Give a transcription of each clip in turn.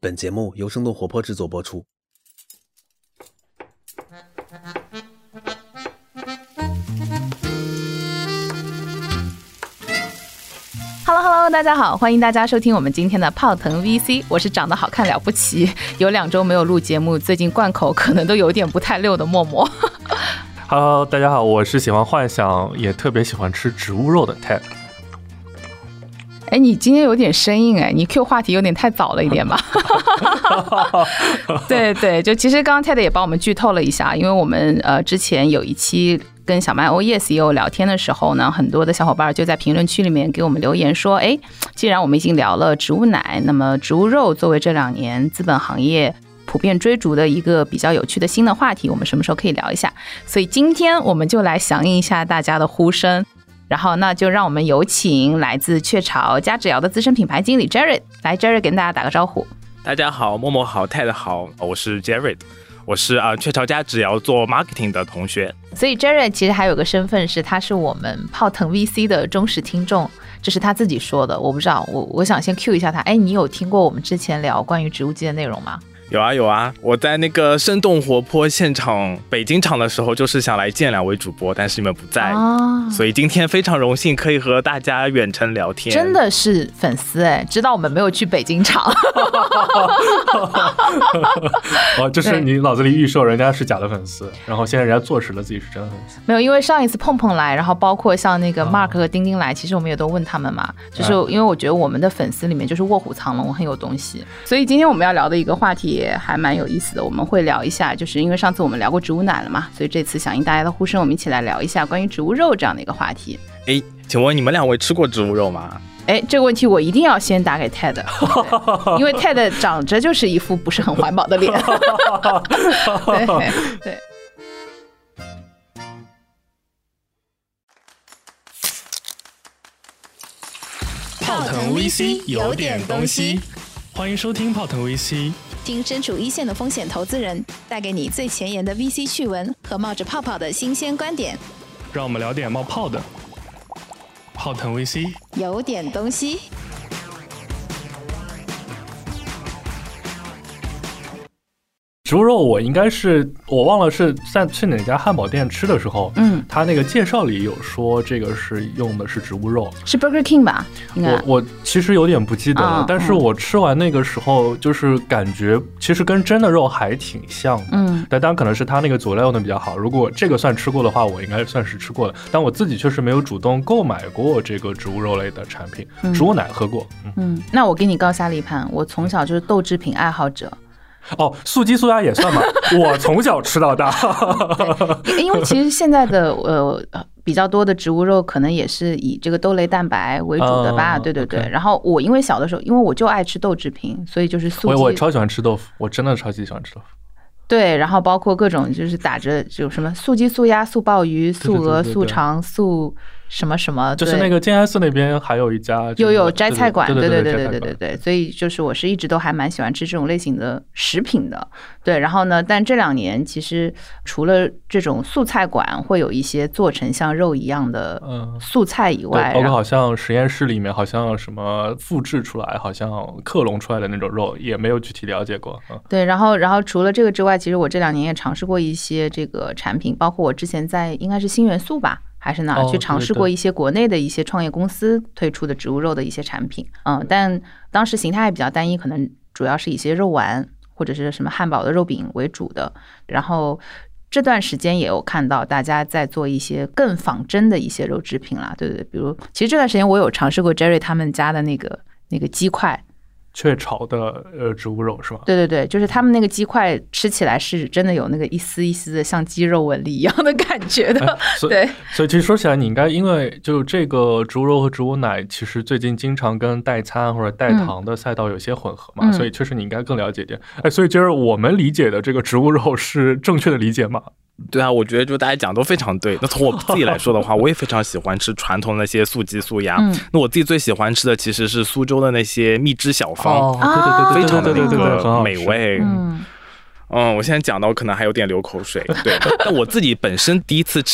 本节目由生动活泼制作播出。 Hello， 大家好，欢迎大家收听我们今天的泡腾 VC， 我是长得好看了不起，有2周没有录节目，最近贯口可能都有点不太溜的默默。 Hello， 大家好，我是喜欢幻想也特别喜欢吃植物肉的 Ted。 哎，你今天有点生硬哎，你 Q 话题有点太早了一点吧？对，就其实刚刚 Ted 也帮我们剧透了一下，因为我们之前有一期跟小麦 OES 也有聊天的时候呢，很多的小伙伴就在评论区里面给我们留言说，哎，既然我们已经聊了植物奶，那么植物肉作为这2年资本行业普遍追逐的一个比较有趣的新的话题，我们什么时候可以聊一下？所以今天我们就来响应一下大家的呼声。然后那就让我们有请来自雀巢加芷瑶的资深品牌经理 Jared， 来 Jared 跟大家打个招呼。 大家好，默默好，Ted 好，我是 Jared， 我是雀巢加芷瑶做 marketing 的同学。 所以 Jared 其实还有个身份是他是我们泡腾 VC 的忠实听众，这是他自己说的，我不知道，我想先 cue 一下他。哎，你有听过我们之前聊关于植物基的内容吗？ 有啊，我在那个生动活泼现场北京场的时候，就是想来见2位主播，但是你们不在，所以今天非常荣幸可以和大家远程聊天。 真的是粉丝哎，知道我们没有去北京场。 哦，就是你脑子里预设人家是假的粉丝，然后现在人家坐实了自己是真的粉丝。 没有，因为上一次碰碰来，然后包括像那个 Mark 和丁丁来，其实我们也都问他们嘛，就是因为我觉得我们的粉丝里面就是卧虎藏龙，很有东西。所以今天我们要聊的一个话题也还蛮有意思的，我们会聊一下，就是因为上次我们聊过植物奶了嘛，所以这次响应大家的呼声，我们一起来聊一下关于植物肉这样的一个话题。 哎，请问你们2位吃过植物肉吗？ 哎，这个问题我一定要先打给 Ted， 因为 Ted 长着就是一副不是很环保的脸。对。 泡腾 VC 有点东西，欢迎收听泡腾 VC， 听身处一线的风险投资人带给你最前沿的 VC 趣闻和冒着泡泡的新鲜观点， 让我们聊点冒泡的。泡腾 VC 有点东西。 植物肉我应该是我忘了是在去哪家汉堡店吃的时候，他那个介绍里有说这个是用的是植物肉，是 Burger King 吧？应该我其实有点不记得了，但是我吃完那个时候就是感觉其实跟真的肉还挺像的，但当然可能是他那个佐料用的比较好。如果这个算吃过的话，我应该算是吃过的，但我自己确实没有主动购买过这个植物肉类的产品，植物奶喝过。 那我给你高下立判，我从小就是豆制品爱好者。 哦，素鸡素鸭也算吗？我从小吃到大。 因为其实现在的比较多的植物肉可能也是以这个豆类蛋白为主的吧，对。 Okay. 然后我因为小的时候，因为我就爱吃豆制品，所以就是素鸡。 我超喜欢吃豆腐，我真的超级喜欢吃豆腐。 对，然后包括各种就是打着就什么素鸡、素鸭、素鲍鱼、素鹅、素肠、素什么什么， 就是那个静安寺那边还有一家有摘菜馆，对，所以就是我是一直都还蛮喜欢吃这种类型的食品的，对。然后呢，但这2年其实除了这种素菜馆会有一些做成像肉一样的素菜以外， 包括好像实验室里面好像什么复制出来，好像克隆出来的那种肉，也没有具体了解过。 对，然后除了这个之外，其实我这2年也尝试过一些这个产品，包括我之前在应该是新元素吧。还是哪去尝试过一些国内的一些创业公司推出的植物肉的一些产品，但当时形态也比较单一，可能主要是一些肉丸或者是什么汉堡的肉饼为主的。然后这段时间也有看到大家在做一些更仿真的一些肉制品啦，对，比如其实这段时间我有尝试过 Jerry 他们家的那个鸡块。 雀巢的植物肉是吧？ 对，就是他们那个鸡块吃起来是真的有那个一丝一丝的像鸡肉纹理一样的感觉的。对， 所以其实说起来，你应该因为就这个植物肉和植物奶，其实最近经常跟代餐或者代糖的赛道有些混合嘛，所以确实你应该更了解一点。所以就是我们理解的这个植物肉是正确的理解吗？ 对啊，我觉得就大家讲都非常对。那从我自己来说的话，我也非常喜欢吃传统的那些素鸡素鸭。那我自己最喜欢吃的其实是苏州的那些蜜汁小方， 对， 非常的那个美味。我现在讲到可能还有点流口水。对，但我自己本身第一次吃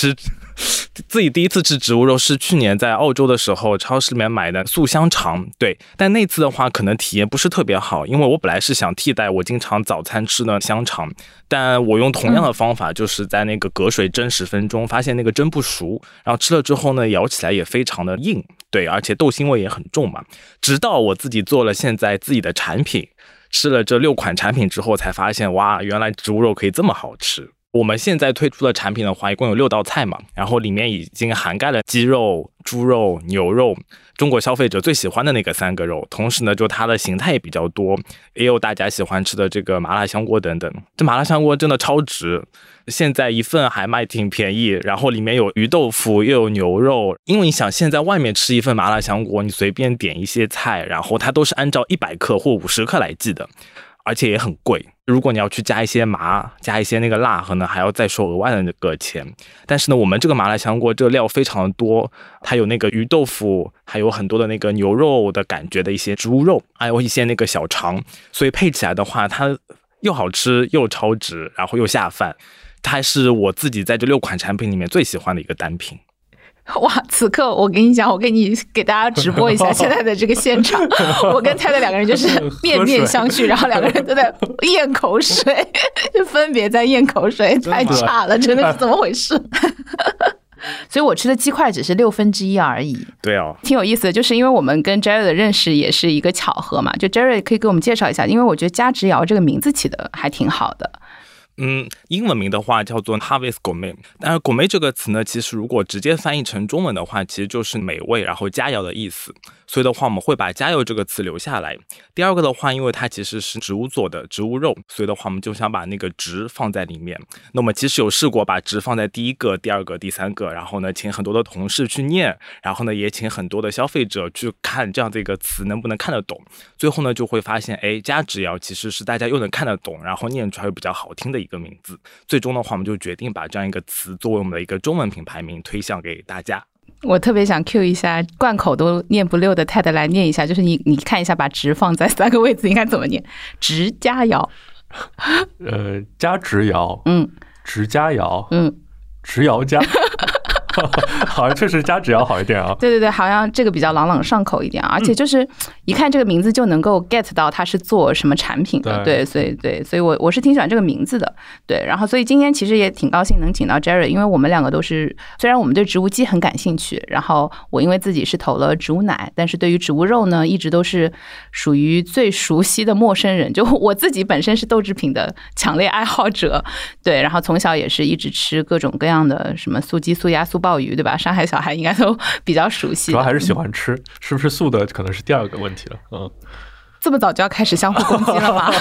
自己第一次吃植物肉是去年在澳洲的时候超市里面买的素香肠，对，但那次的话可能体验不是特别好，因为我本来是想替代我经常早餐吃的香肠，但我用同样的方法，就是在那个隔水蒸10分钟，发现那个蒸不熟，然后吃了之后呢，咬起来也非常的硬，对，而且豆腥味也很重嘛。直到我自己做了现在自己的产品，吃了这6款产品之后，才发现哇，原来植物肉可以这么好吃。我们现在推出的产品的话，一共有6道菜嘛，然后里面已经涵盖了鸡肉、猪肉、牛肉，中国消费者最喜欢的那个3个肉，同时呢，就它的形态也比较多，也有大家喜欢吃的这个麻辣香锅等等。这麻辣香锅真的超值，现在一份还卖挺便宜，然后里面有鱼豆腐又有牛肉，因为你想现在外面吃一份麻辣香锅，你随便点一些菜，然后它都是按照100克或50克来计的，而且也很贵，如果你要去加一些麻，加一些那个辣，可能还要再收额外的那个钱。但是呢，我们这个麻辣香锅这个料非常的多，它有那个鱼豆腐，还有很多的那个牛肉的感觉的一些植物肉，还有一些那个小肠，所以配起来的话，它又好吃又超值，然后又下饭，它是我自己在这6款产品里面最喜欢的一个单品。 哇！此刻我跟你讲，我给大家直播一下现在的这个现场，我跟泰的2个人就是面面相觑，然后2个人都在咽口水，就分别在咽口水，太差了，真的是怎么回事？所以我吃的鸡块只是1/6而已。 对哦， 挺有意思的，就是因为我们跟 Jerry 的认识也是一个巧合嘛。就 Jerry 可以给我们介绍一下，因为我觉得家植窑这个名字起的还挺好的。 英文名的话叫做 Harvest Gourmet， 但是 Gourmet 这个词呢，其实如果直接翻译成中文的话，其实就是美味，然后佳肴的意思。所以的话，我们会把佳肴这个词留下来。第二个的话，因为它其实是植物做的植物肉，所以的话，我们就想把那个植放在里面。那我们其实有试过把植放在第1个、第2个、第3个，然后呢，请很多的同事去念，然后呢，也请很多的消费者去看这样这个词能不能看得懂。最后呢，就会发现，家植窑其实是大家又能看得懂，然后念出来又比较好听的一个名字。最终的话，我们就决定把这样一个词作为我们的一个中文品牌名推向给大家。 我特别想 cue 一下贯口都念不溜的泰德来念一下，就是你看一下，把植放在3个位置应该怎么念？植佳肴， 家植窑，植佳肴，植窑家。好像确实家植窑好一点啊。 对对对，好像这个比较朗朗上口一点，而且就是一看这个名字就能够 get 到它是做什么产品的。对，所以我是挺喜欢这个名字的。对，然后所以今天其实也挺高兴能请到 Jerry， 因为我们2个都是，虽然我们对植物基很感兴趣，然后我因为自己是投了植物奶，但是对于植物肉呢，一直都是属于最熟悉的陌生人。就我自己本身是豆制品的强烈爱好者，对，然后从小也是一直吃各种各样的什么素鸡、素鸭、素鲍鱼，对吧？上海小孩应该都比较熟悉， 主要还是喜欢吃，是不是素的可能是第2个问题了。 这么早就要开始相互攻击了吗？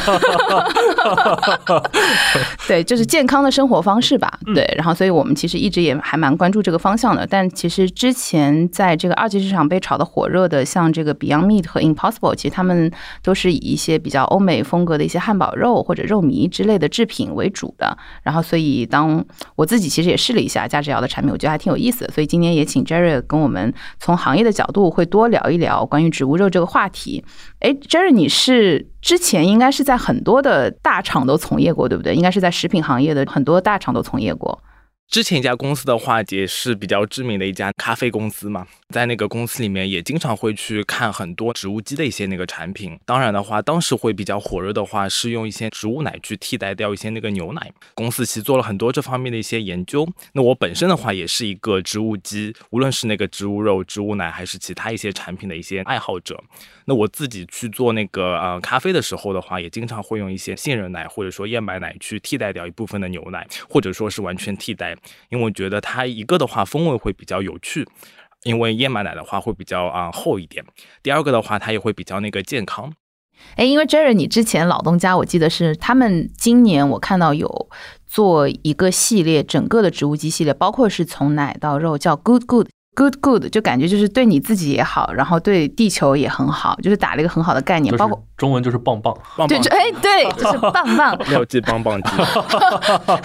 对，就是健康的生活方式吧。对，然后所以我们其实一直也还蛮关注这个方向的。但其实之前在这个2级市场被炒得火热的，像这个 Beyond Meat 和 Impossible， 其实他们都是以一些比较欧美风格的一些汉堡肉或者肉糜之类的制品为主的。然后所以当我自己其实也试了一下家植窑的产品，我觉得还挺有意思的。所以今天也请 Jerry 跟我们从行业的角度会多聊一聊关于植物肉这个话题。Jerry， 你是之前应该是在很多的大厂都从业过，对不对？应该是在食品行业的很多大厂都从业过。 之前一家公司的话也是比较知名的一家咖啡公司嘛，在那个公司里面也经常会去看很多植物基的一些那个产品。当然的话，当时会比较火热的话是用一些植物奶去替代掉一些那个牛奶。公司其实做了很多这方面的一些研究。那我本身的话也是一个植物基，无论是那个植物肉、植物奶还是其他一些产品的一些爱好者。那我自己去做那个咖啡的时候的话，也经常会用一些杏仁奶或者说燕麦奶去替代掉一部分的牛奶，或者说是完全替代。因为我觉得它一个的话风味会比较有趣，因为燕麦奶的话会比较厚一点。第2个的话，它也会比较那个健康。 因为 Jerry 你之前老东家我记得是他们今年我看到有做一个系列，整个的植物基系列，包括是从奶到肉，叫 Good， 就感觉就是对你自己也好，然后对地球也很好，就是打了一个很好的概念，包括中文就是棒棒， 对，对，就是棒棒， 料记棒棒鸡。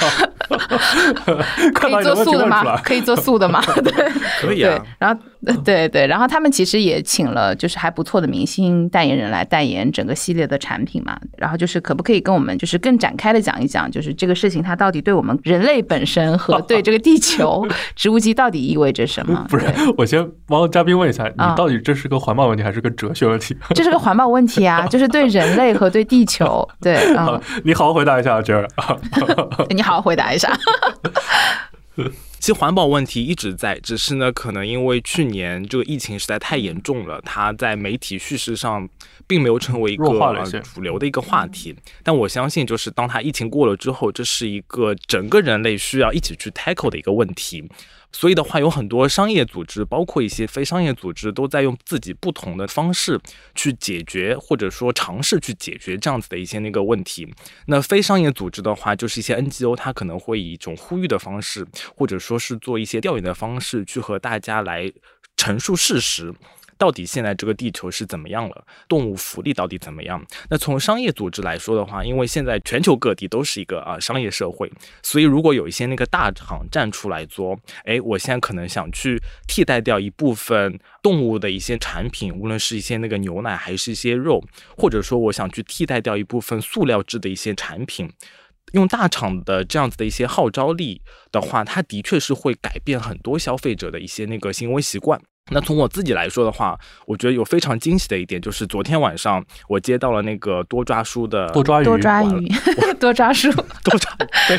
可以做素的吗？可以做素的吗？对， 可以啊。 然后对，然后他们其实也请了就是还不错的明星代言人来代言整个系列的产品嘛。然后就是可不可以跟我们就是更展开的讲一讲，就是这个事情它到底对我们人类本身和对这个地球植物基到底意味着什么？ 不是，我先帮嘉宾问一下，你到底这是个环保问题还是个哲学问题？ 这是个环保问题啊，就是对人类和对地球。对， 你好好回答一下，Jer。 你好好回答一下。 其实环保问题一直在，只是呢，可能因为去年这个疫情实在太严重了，它在媒体叙事上并没有成为一个主流的一个话题。但我相信，就是当它疫情过了之后，这是一个整个人类需要一起去 tackle 的一个问题。所以的话，有很多商业组织，包括一些非商业组织，都在用自己不同的方式去解决，或者说尝试去解决这样子的一些那个问题。那非商业组织的话，就是一些 NGO， 它可能会以一种呼吁的方式，或者说是做一些调研的方式，去和大家来陈述事实。到底现在这个地球是怎么样了？动物福利到底怎么样？那从商业组织来说的话，因为现在全球各地都是一个商业社会，所以如果有一些那个大厂站出来说，我现在可能想去替代掉一部分动物的一些产品，无论是一些那个牛奶还是一些肉，或者说我想去替代掉一部分塑料制的一些产品。用大厂的这样子的一些号召力的话，它的确是会改变很多消费者的一些那个行为习惯。那从我自己来说的话，我觉得有非常惊喜的一点，就是昨天晚上我接到了那个多抓书的多抓书， 对，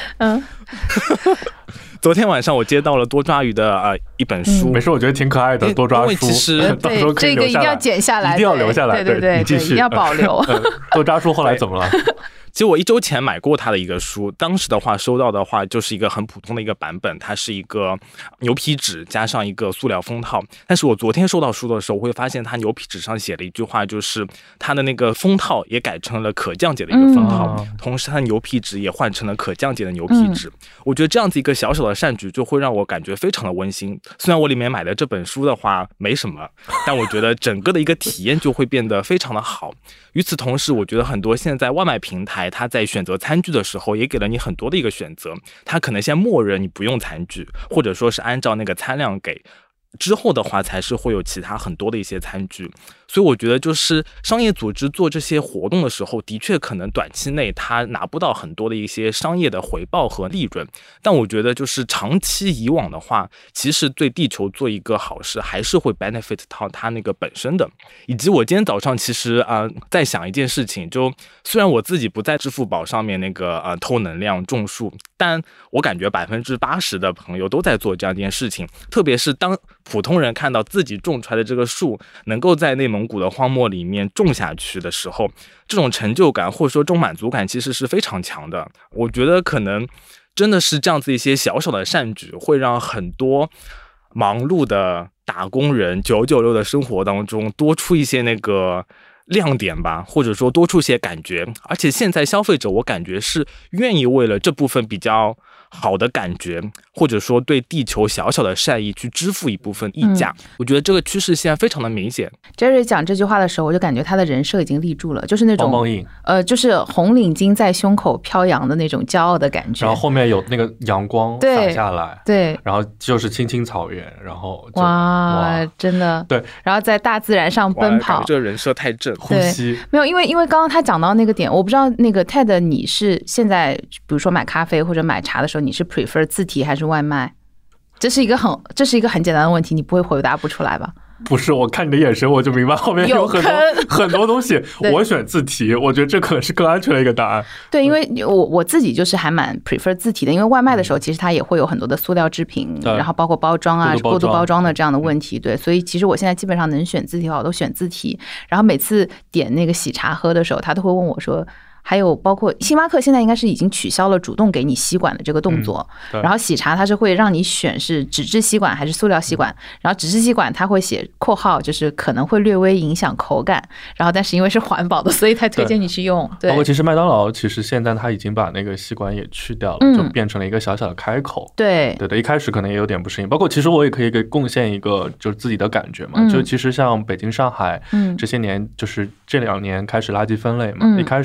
昨天晚上我接到了多抓鱼的一本书， 没事，我觉得挺可爱的多抓书。 其实到时候可以这个一定要剪下来， 一定要留下来， 对， 你继续， 一定要保留。 多抓书后来怎么了？ 其实我1周前买过他的一个书，当时的话收到的话就是一个很普通的一个版本，它是一个牛皮纸加上一个塑料封套。但是我昨天收到书的时候，我会发现它牛皮纸上写了一句话，就是它的那个封套也改成了可降解的一个封套，同时它的牛皮纸也换成了可降解的牛皮纸。我觉得这样子一个小小的善举就会让我感觉非常的温馨。虽然我里面买的这本书的话没什么，但我觉得整个的一个体验就会变得非常的好。与此同时，我觉得很多现在外卖平台它在选择餐具的时候也给了你很多的一个选择，它可能先默认你不用餐具，或者说是按照那个餐量给，之后的话才是会有其他很多的一些餐具。所以我觉得就是商业组织做这些活动的时候，的确可能短期内它拿不到很多的一些商业的回报和利润，但我觉得就是长期以往的话，其实对地球做一个好事还是会 benefit 到它那个本身的。以及我今天早上其实在想一件事情，就虽然我自己不在支付宝上面那个偷能量种树，但我感觉80%的朋友都在做这样一件事情，特别是当普通人看到自己种出来的这个树能够在内蒙古的荒漠里面种下去的时候，这种成就感或者说这种满足感其实是非常强的。我觉得可能真的是这样子一些小小的善举，会让很多忙碌的打工人996的生活当中多出一些那个亮点吧，或者说多出些感觉。而且现在消费者我感觉是愿意为了这部分比较好的感觉，或者说对地球小小的善意去支付一部分溢价。我觉得这个趋势现在非常的明显。 Jerry 讲这句话的时候，我就感觉他的人设已经立住了，就是那种棒棒硬， 就是红领巾在胸口飘扬的那种骄傲的感觉。 然后后面有那个阳光洒下来， 对， 然后就是青青草原，然后哇，真的对， 然后在大自然上奔跑， 这个人设太正。 呼吸没有，因为刚刚他讲到那个点，我不知道那个 Ted 你是现在比如说买咖啡或者买茶的时候，你是 prefer 自提还是外卖？这是一个很简单的问题，你不会回答不出来吧？ 不是，我看你的眼神我就明白后面有很多东西。我选自提，我觉得这可能是更安全的一个答案。 对，因为我自己就是还蛮 prefer 自提的，因为外卖的时候其实它也会有很多的塑料制品，然后包括包装啊、过度包装的这样的问题。对，所以其实我现在基本上能选自提的话，我都选自提。然后每次点那个喜茶喝的时候，他都会问我说。还有包括星巴克现在应该是已经取消了主动给你吸管的这个动作，然后喜茶它是会让你选是纸质吸管还是塑料吸管，然后纸质吸管它会写括号，就是可能会略微影响口感，然后但是因为是环保的，所以才推荐你去用。对， 包括其实麦当劳其实现在它已经把那个吸管也去掉了，就变成了一个小小的开口。 对， 一开始可能也有点不适应。包括其实我也可以给贡献一个就是自己的感觉嘛，就其实像北京、上海这些年，就是这2年开始垃圾分类嘛，一开始我想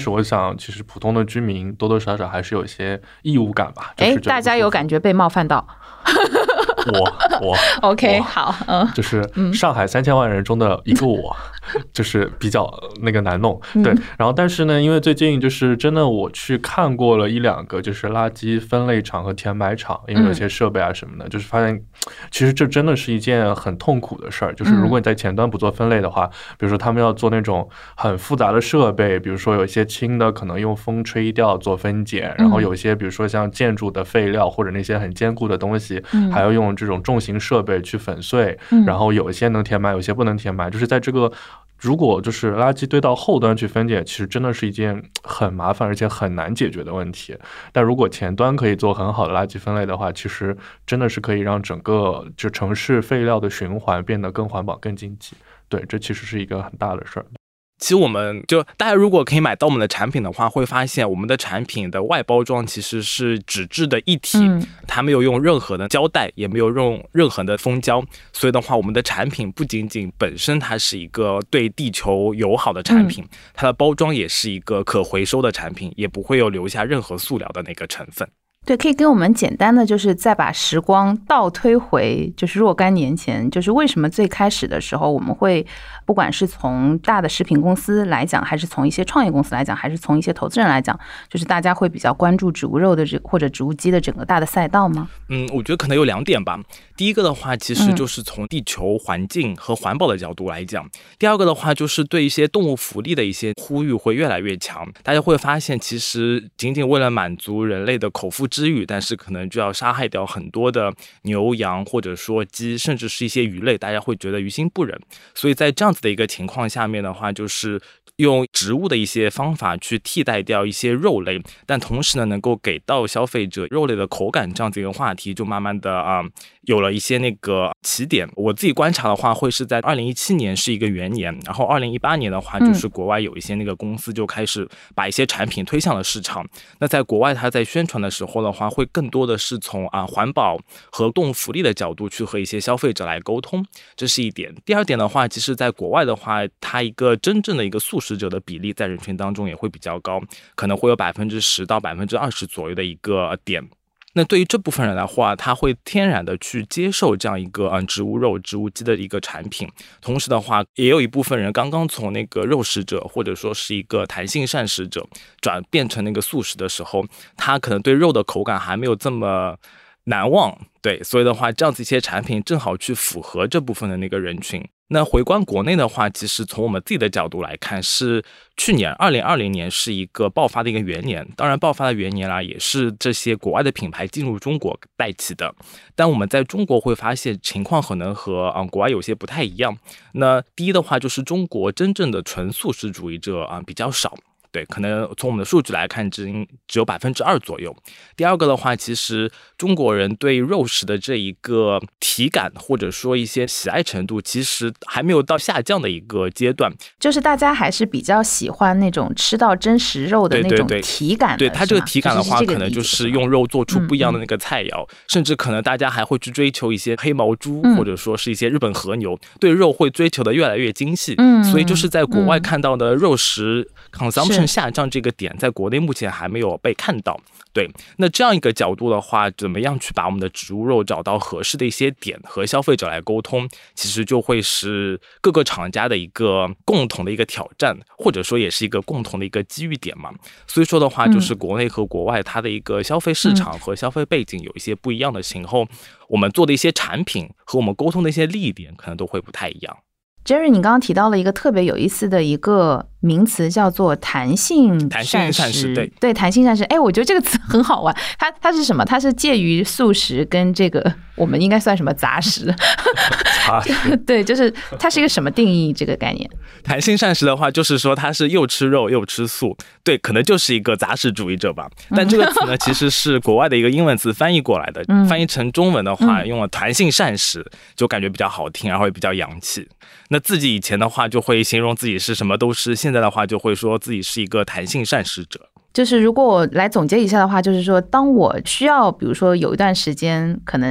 上，其实普通的居民多多少少还是有一些义务感吧。 大家有感觉被冒犯到？ 我 OK 好， 就是上海3000万人中的一个我，就是比较那个难弄，对。然后但是呢，因为最近就是真的我去看过了1-2个就是垃圾分类厂和填埋场，因为有些设备啊什么的，就是发现其实这真的是一件很痛苦的事儿。就是如果你在前端不做分类的话，比如说他们要做那种很复杂的设备，比如说有一些轻的可能用风吹掉做分解，然后有一些比如说像建筑的废料或者那些很坚固的东西，还要用这种重型设备去粉碎，然后有一些能填埋，有些不能填埋，就是在这个如果就是垃圾堆到后端去分解，其实真的是一件很麻烦而且很难解决的问题。但如果前端可以做很好的垃圾分类的话，其实真的是可以让整个就城市废料的循环变得更环保更经济。对，这其实是一个很大的事儿。 其实我们就大家如果可以买到我们的产品的话，会发现我们的产品的外包装其实是纸质的一体，它没有用任何的胶带，也没有用任何的封胶，所以的话我们的产品不仅仅本身它是一个对地球友好的产品，它的包装也是一个可回收的产品，也不会有留下任何塑料的那个成分。 对，可以给我们简单的就是再把时光倒推回就是若干年前，就是为什么最开始的时候我们会不管是从大的食品公司来讲，还是从一些创业公司来讲，还是从一些投资人来讲，就是大家会比较关注植物肉的或者植物基的整个大的赛道吗？ 我觉得可能有2点吧。第一个的话其实就是从地球环境和环保的角度来讲，第二个的话就是对一些动物福利的一些呼吁会越来越强。大家会发现其实仅仅为了满足人类的口腹之欲，但是可能就要杀害掉很多的牛羊或者说鸡，甚至是一些鱼类，大家会觉得于心不忍。所以在这样子的一个情况下面的话，就是用植物的一些方法去替代掉一些肉类，但同时呢能够给到消费者肉类的口感，这样子一个话题就慢慢的有了一些那个起点。我自己观察的话会是在2017年是一个元年，然后2018年的话就是国外有一些那个公司就开始把一些产品推向了市场。那在国外它在宣传的时候的话会更多的是从环保和动物福利的角度去和一些消费者来沟通，这是一点。第二点的话，其实在国外的话，它一个真正的一个素食者的比例在人群当中也会比较高，可能会有10%到20%左右的一个点。那对于这部分人的话，他会天然的去接受这样一个植物肉、植物基的一个产品。同时的话，也有一部分人刚刚从那个肉食者或者说是一个弹性膳食者转变成那个素食的时候，他可能对肉的口感还没有这么难忘。对，所以的话，这样子一些产品正好去符合这部分的那个人群。那回观国内的话，其实从我们自己的角度来看，是去年2020年是一个爆发的一个元年。当然爆发的元年也是这些国外的品牌进入中国带起的。但我们在中国会发现情况可能和国外有些不太一样。那第一的话就是中国真正的纯素食主义者比较少。对，可能从我们的数据来看只有2%左右。第二个的话，其实中国人对肉食的这一个体感或者说一些喜爱程度，其实还没有到下降的一个阶段。 就是大家还是比较喜欢那种吃到真实肉的那种体感的。 对，它这个体感的话，可能就是用肉做出不一样的那个菜肴，甚至可能大家还会去追求一些黑毛猪，或者说是一些日本和牛，对肉会追求的越来越精细。所以就是在国外看到的肉食 consumption下降这个点，在国内目前还没有被看到。对，那这样一个角度的话，怎么样去把我们的植物肉找到合适的一些点和消费者来沟通，其实就会是各个厂家的一个共同的一个挑战，或者说也是一个共同的一个机遇点嘛。所以说的话，就是国内和国外它的一个消费市场和消费背景有一些不一样的情况，我们做的一些产品和我们沟通的一些利益点可能都会不太一样。 Jerry， 你刚刚提到了一个特别有意思的一个名词，叫做弹性膳食。对，弹性膳食。我觉得这个词很好玩。它是什么？它是介于素食跟这个我们应该算什么杂食？对，就是它是一个什么定义？这个概念？ 弹性膳食的话，就是说它是又吃肉又吃素，对，可能就是一个杂食主义者吧。但这个词呢，其实是国外的一个英文词翻译过来的，翻译成中文的话，用了弹性膳食，就感觉比较好听，然后也比较洋气。那自己以前的话就会形容自己是什么都吃，现在的话就会说自己是一个弹性膳食者。 就是如果我来总结一下的话，就是说当我需要比如说有一段时间可能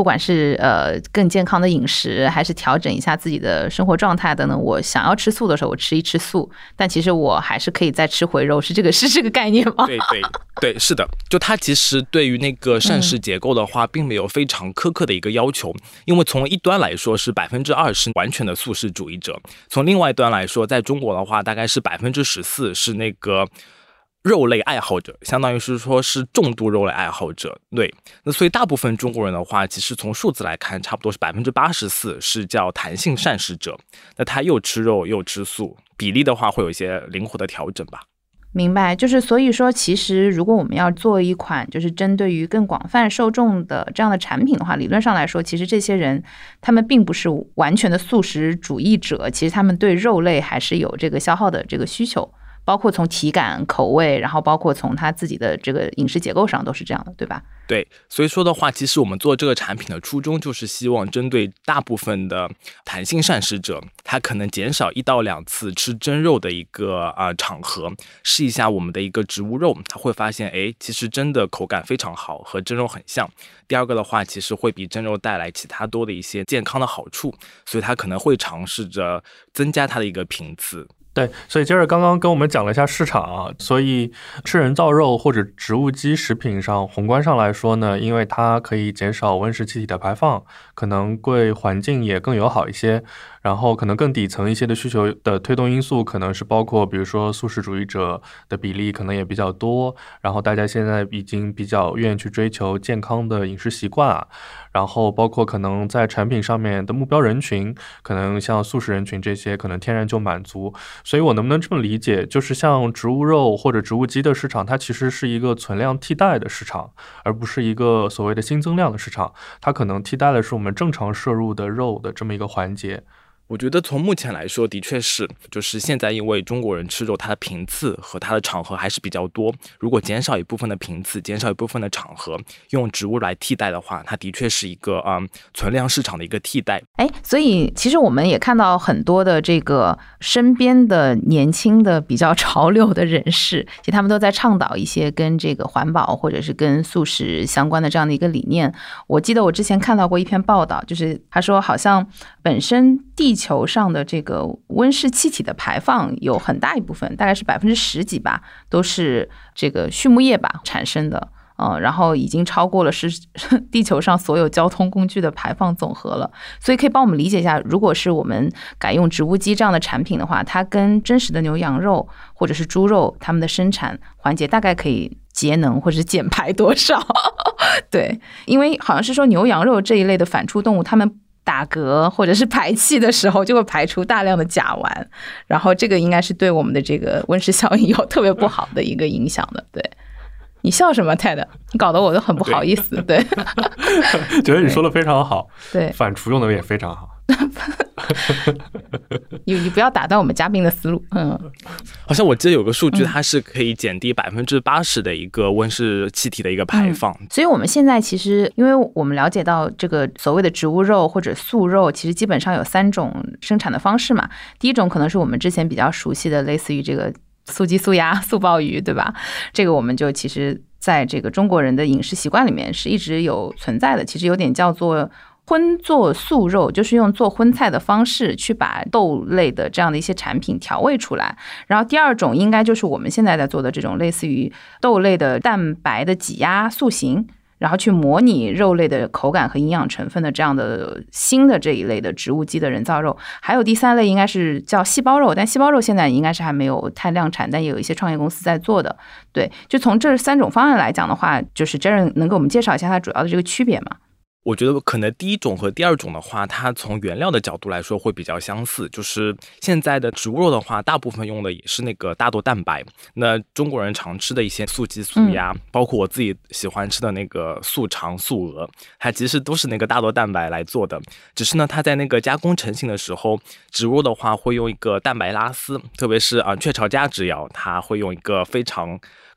不管是更健康的饮食，还是调整一下自己的生活状态等等，我想要吃素的时候我吃一吃素，但其实我还是可以再吃回肉，是这个概念吗？ 对，是的，就它其实对于那个膳食结构的话，并没有非常苛刻的一个要求，因为从一端来说是2%是完全的素食主义者，从另外一端来说，在中国的话大概是14%是那个肉类爱好者，相当于是说是重度肉类爱好者。对，那所以大部分中国人的话，其实从数字来看，差不多是84%是叫弹性膳食者，那他又吃肉又吃素，比例的话会有一些灵活的调整吧。 明白，就是所以说，其实如果我们要做一款就是针对于更广泛受众的这样的产品的话，理论上来说，其实这些人他们并不是完全的素食主义者，其实他们对肉类还是有这个消耗的这个需求，包括从体感、口味，然后包括从他自己的这个饮食结构上都是这样的，对吧？ 对，所以说的话，其实我们做这个产品的初衷就是希望针对大部分的弹性膳食者，他可能减少1到2次吃真肉的一个场合，试一下我们的一个植物肉，他会发现，其实真的口感非常好，和真肉很像。第二个的话，其实会比真肉带来其他多的一些健康的好处，所以他可能会尝试着增加它的一个频次。 对，所以接着刚刚跟我们讲了一下市场啊，所以吃人造肉或者植物基食品上，宏观上来说呢，因为它可以减少温室气体的排放，可能对环境也更友好一些，然后可能更底层一些的需求的推动因素可能是包括比如说素食主义者的比例可能也比较多，然后大家现在已经比较愿意去追求健康的饮食习惯啊，然后包括可能在产品上面的目标人群，可能像素食人群这些可能天然就满足。所以我能不能这么理解，就是像植物肉或者植物基的市场，它其实是一个存量替代的市场，而不是一个所谓的新增量的市场，它可能替代的是我们正常摄入的肉的这么一个环节。 我觉得从目前来说的确是，就是现在因为中国人吃肉，它的频次和它的场合还是比较多，如果减少一部分的频次，减少一部分的场合，用植物来替代的话，它的确是一个存量市场的一个替代。 所以其实我们也看到很多的这个身边的年轻的比较潮流的人士，其实他们都在倡导一些跟这个环保或者是跟素食相关的这样的一个理念。我记得我之前看到过一篇报道，就是他说好像本身地球上的这个温室气体的排放有很大一部分，大概是10%几吧，都是这个畜牧业吧产生的。然后已经超过了是地球上所有交通工具的排放总和了，所以可以帮我们理解一下，如果是我们改用植物基这样的产品的话，它跟真实的牛羊肉或者是猪肉它们的生产环节大概可以节能或者是减排多少？对，因为好像是说牛羊肉这一类的反刍动物，它们打嗝或者是排气的时候就会排出大量的甲烷，然后这个应该是对我们的这个温室效应有特别不好的一个影响的。对，你笑什么 Ted？ 你搞得我都很不好意思。对， 觉得你说的非常好。 对， 反刍用的也非常好。 你不要打断我们嘉宾的思路。 好像我记得有个数据，它是可以减低80%的一个温室气体的一个排放。 所以我们现在其实，因为我们了解到这个所谓的植物肉或者素肉，其实基本上有3种生产的方式嘛。第一种可能是我们之前比较熟悉的，类似于这个素鸡、素鸭、素鲍鱼，对吧？这个我们就其实在这个中国人的饮食习惯里面是一直有存在的，其实有点叫做荤做素肉，就是用做荤菜的方式去把豆类的这样的一些产品调味出来。然后第二种应该就是我们现在在做的这种类似于豆类的蛋白的挤压塑形，然后去模拟肉类的口感和营养成分的这样的新的这一类的植物基的人造肉。还有第3类应该是叫细胞肉，但细胞肉现在应该是还没有太量产，但也有一些创业公司在做的。对，就从这3种方案来讲的话，就是 Jaren 能给我们介绍一下它主要的这个区别吗？ 我觉得可能第一种和第二种的话，它从原料的角度来说会比较相似。就是现在的植物肉的话，大部分用的也是那个大豆蛋白。那中国人常吃的一些素鸡、素鸭，包括我自己喜欢吃的那个素肠、素鹅，它其实都是那个大豆蛋白来做的。只是呢，它在那个加工成型的时候，植物的话会用一个蛋白拉丝，特别是雀巢家植窑，它会用一个非常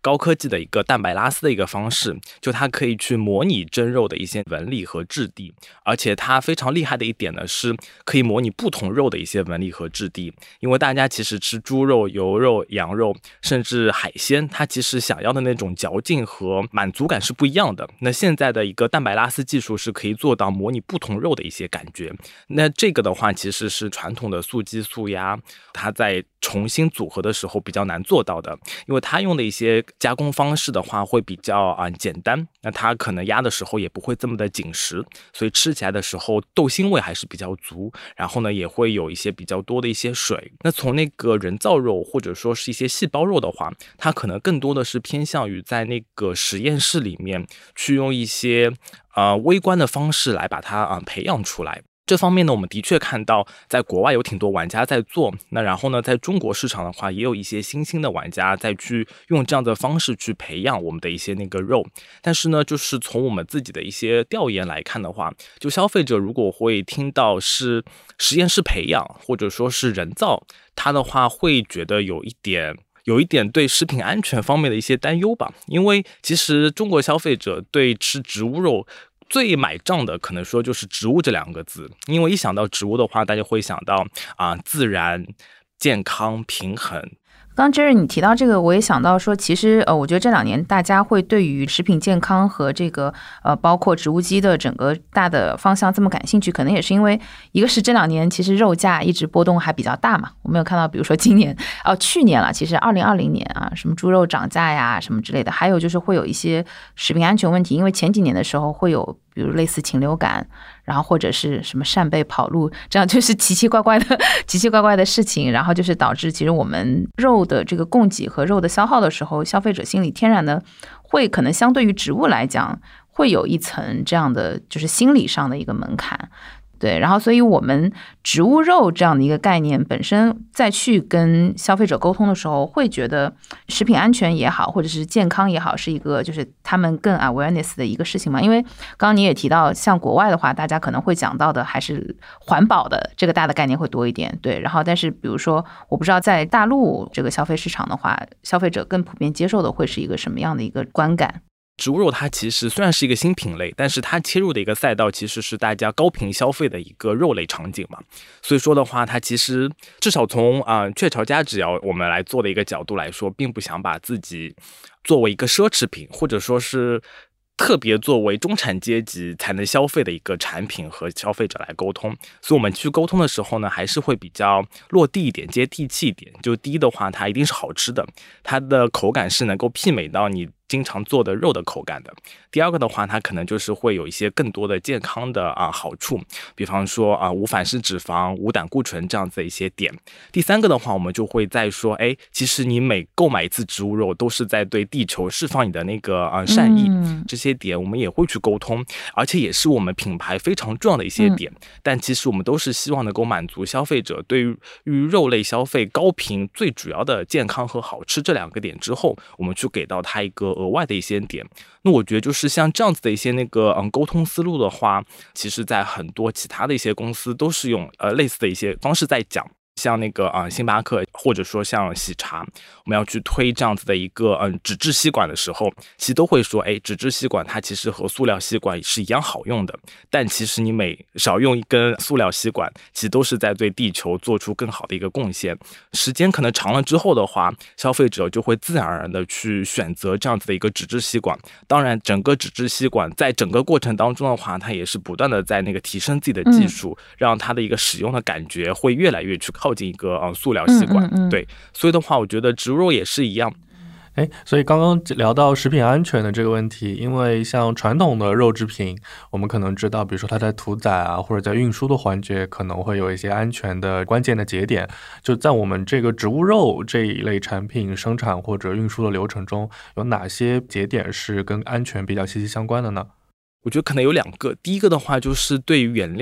高科技的一个蛋白拉丝的一个方式，就它可以去模拟真肉的一些纹理和质地，而且它非常厉害的一点呢，是可以模拟不同肉的一些纹理和质地。因为大家其实吃猪肉、牛肉、羊肉，甚至海鲜，它其实想要的那种嚼劲和满足感是不一样的。那现在的一个蛋白拉丝技术是可以做到模拟不同肉的一些感觉。那这个的话，其实是传统的素鸡、素鸭，它在重新组合的时候比较难做到的，因为它用的一些加工方式的话会比较简单，那它可能压的时候也不会这么的紧实，所以吃起来的时候豆腥味还是比较足，然后呢也会有一些比较多的一些水。那从那个人造肉或者说是一些细胞肉的话，它可能更多的是偏向于在那个实验室里面去用一些微观的方式来把它培养出来。这方面呢，我们的确看到在国外有挺多玩家在做，那然后呢，在中国市场的话，也有一些新兴的玩家在去用这样的方式去培养我们的一些那个肉。但是呢，就是从我们自己的一些调研来看的话，就消费者如果会听到是实验室培养或者说是人造，他的话会觉得有一点对食品安全方面的一些担忧吧。因为其实中国消费者对吃植物肉最买账的可能说就是植物这2个字，因为一想到植物的话，大家会想到自然、健康、平衡。 刚 Jerry 你提到这个，我也想到说，其实我觉得这2年大家会对于食品健康和这个包括植物基的整个大的方向这么感兴趣，可能也是因为一个是这2年其实肉价一直波动还比较大嘛，我们有看到比如说今年去年了，其实2020年什么猪肉涨价呀什么之类的，还有就是会有一些食品安全问题，因为前几年的时候会有比如类似禽流感，然后或者是什么扇贝跑路，这样就是奇奇怪怪的事情，然后就是导致其实我们肉的这个供给和肉的消耗的时候，消费者心里天然的会可能相对于植物来讲会有一层这样的就是心理上的一个门槛。对，然后所以我们植物肉这样的一个概念本身再去跟消费者沟通的时候，会觉得食品安全也好或者是健康也好是一个就是他们更 awareness 的一个事情嘛。因为刚刚你也提到像国外的话，大家可能会讲到的还是环保的这个大的概念会多一点。对，然后但是比如说我不知道在大陆这个消费市场的话，消费者更普遍接受的会是一个什么样的一个观感。 植物肉它其实虽然是一个新品类，但是它切入的一个赛道其实是大家高频消费的一个肉类场景嘛。所以说的话，它其实至少从雀巢家只要我们来做的一个角度来说，并不想把自己作为一个奢侈品，或者说是特别作为中产阶级才能消费的一个产品和消费者来沟通。所以我们去沟通的时候呢，还是会比较落地一点，接地气一点。就第一的话，它一定是好吃的，它的口感是能够媲美到你经常做的肉的口感的。第二个的话，它可能就是会有一些更多的健康的好处，比方说无反式脂肪、无胆固醇这样子的一些点。第三个的话，我们就会再说，其实你每购买一次植物肉都是在对地球释放你的那个善意，这些点我们也会去沟通，而且也是我们品牌非常重要的一些点。但其实我们都是希望能够满足消费者对于肉类消费高频最主要的健康和好吃这2个点之后，我们去给到它一个额外的一些点。那我觉得就是像这样子的一些那个沟通思路的话，其实在很多其他的一些公司都是用类似的一些方式在讲。像那个星巴克或者说像喜茶，我们要去推这样子的一个纸质吸管的时候，其实都会说纸质吸管它其实和塑料吸管是一样好用的，但其实你每少用一根塑料吸管，其实都是在对地球做出更好的一个贡献。时间可能长了之后的话，消费者就会自然而然的去选择这样子的一个纸质吸管。当然整个纸质吸管在整个过程当中的话，它也是不断的在那个提升自己的技术，让它的一个使用的感觉会越来越去靠近一个塑料吸管。对，所以的话我觉得植物肉也是一样。 所以刚刚聊到食品安全的这个问题，因为像传统的肉制品，我们可能知道比如说它在屠宰或者在运输的环节可能会有一些安全的关键的节点，就在我们这个植物肉这一类产品生产或者运输的流程中，有哪些节点是跟安全比较息息相关的呢？ 我觉得可能有2个。第一个的话就是对于原料